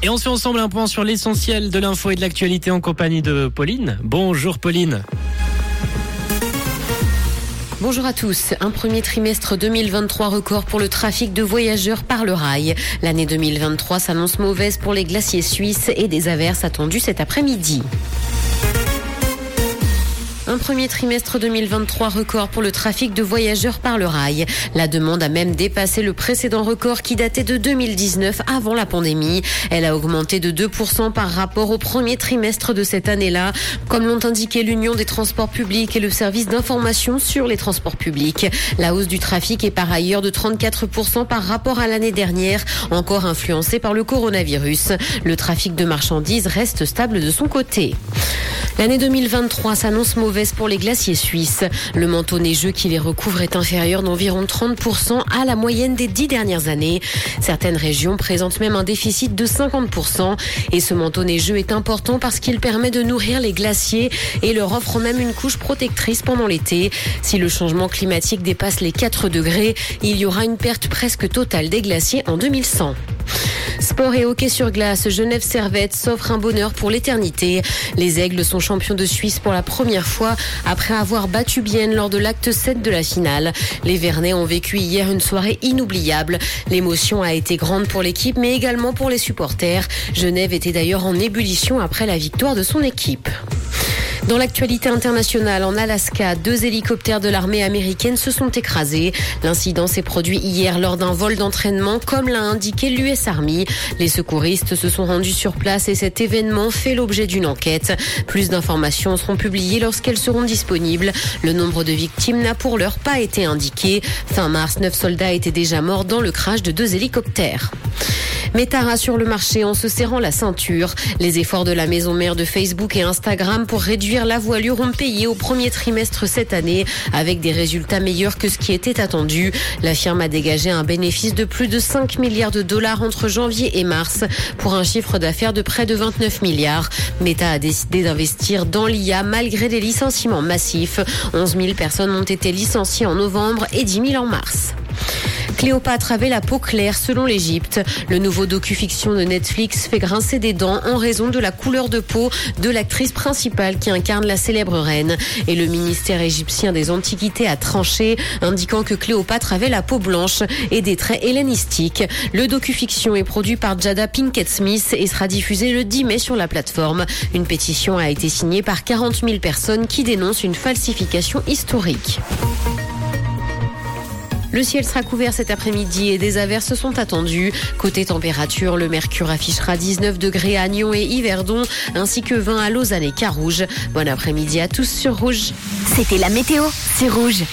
Et on se fait ensemble un point sur l'essentiel de l'info et de l'actualité en compagnie de Pauline. Bonjour Pauline. Bonjour à tous. Un premier trimestre 2023 record pour le trafic de voyageurs par le rail. L'année 2023 s'annonce mauvaise pour les glaciers suisses et des averses attendues cet après-midi. Un premier trimestre 2023 record pour le trafic de voyageurs par le rail. La demande a même dépassé le précédent record qui datait de 2019 avant la pandémie. Elle a augmenté de 2% par rapport au premier trimestre de cette année-là, comme l'ont indiqué l'Union des transports publics et le service d'information sur les transports publics. La hausse du trafic est par ailleurs de 34% par rapport à l'année dernière, encore influencée par le coronavirus. Le trafic de marchandises reste stable de son côté. L'année 2023 s'annonce mauvaise pour les glaciers suisses. Le manteau neigeux qui les recouvre est inférieur d'environ 30% à la moyenne des 10 dernières années. Certaines régions présentent même un déficit de 50%. Et ce manteau neigeux est important parce qu'il permet de nourrir les glaciers et leur offre même une couche protectrice pendant l'été. Si le changement climatique dépasse les 4 degrés, il y aura une perte presque totale des glaciers en 2100. Sport et hockey sur glace, Genève Servette s'offre un bonheur pour l'éternité. Les Aigles sont champions de Suisse pour la première fois après avoir battu Bienne lors de l'acte 7 de la finale. Les Vernets ont vécu hier une soirée inoubliable. L'émotion a été grande pour l'équipe mais également pour les supporters. Genève était d'ailleurs en ébullition après la victoire de son équipe. Dans l'actualité internationale, en Alaska, 2 hélicoptères de l'armée américaine se sont écrasés. L'incident s'est produit hier lors d'un vol d'entraînement, comme l'a indiqué l'US Army. Les secouristes se sont rendus sur place et cet événement fait l'objet d'une enquête. Plus d'informations seront publiées lorsqu'elles seront disponibles. Le nombre de victimes n'a pour l'heure pas été indiqué. Fin mars, 9 soldats étaient déjà morts dans le crash de 2 hélicoptères. Meta rassure le marché en se serrant la ceinture. Les efforts de la maison mère de Facebook et Instagram pour réduire la voilure ont payé au premier trimestre cette année avec des résultats meilleurs que ce qui était attendu. La firme a dégagé un bénéfice de plus de 5 milliards de dollars entre janvier et mars pour un chiffre d'affaires de près de 29 milliards. Meta a décidé d'investir dans l'IA malgré les licenciements massifs. 11 000 personnes ont été licenciées en novembre et 10 000 en mars. Cléopâtre avait la peau claire selon l'Égypte. Le nouveau docu-fiction de Netflix fait grincer des dents en raison de la couleur de peau de l'actrice principale qui incarne la célèbre reine. Et le ministère égyptien des Antiquités a tranché, indiquant que Cléopâtre avait la peau blanche et des traits hellénistiques. Le docu-fiction est produit par Jada Pinkett Smith et sera diffusé le 10 mai sur la plateforme. Une pétition a été signée par 40 000 personnes qui dénoncent une falsification historique. Le ciel sera couvert cet après-midi et des averses sont attendues. Côté température, le mercure affichera 19 degrés à Nyon et Yverdon, ainsi que 20 à Lausanne et Carouge. Bon après-midi à tous sur Rouge. C'était la météo, c'est Rouge.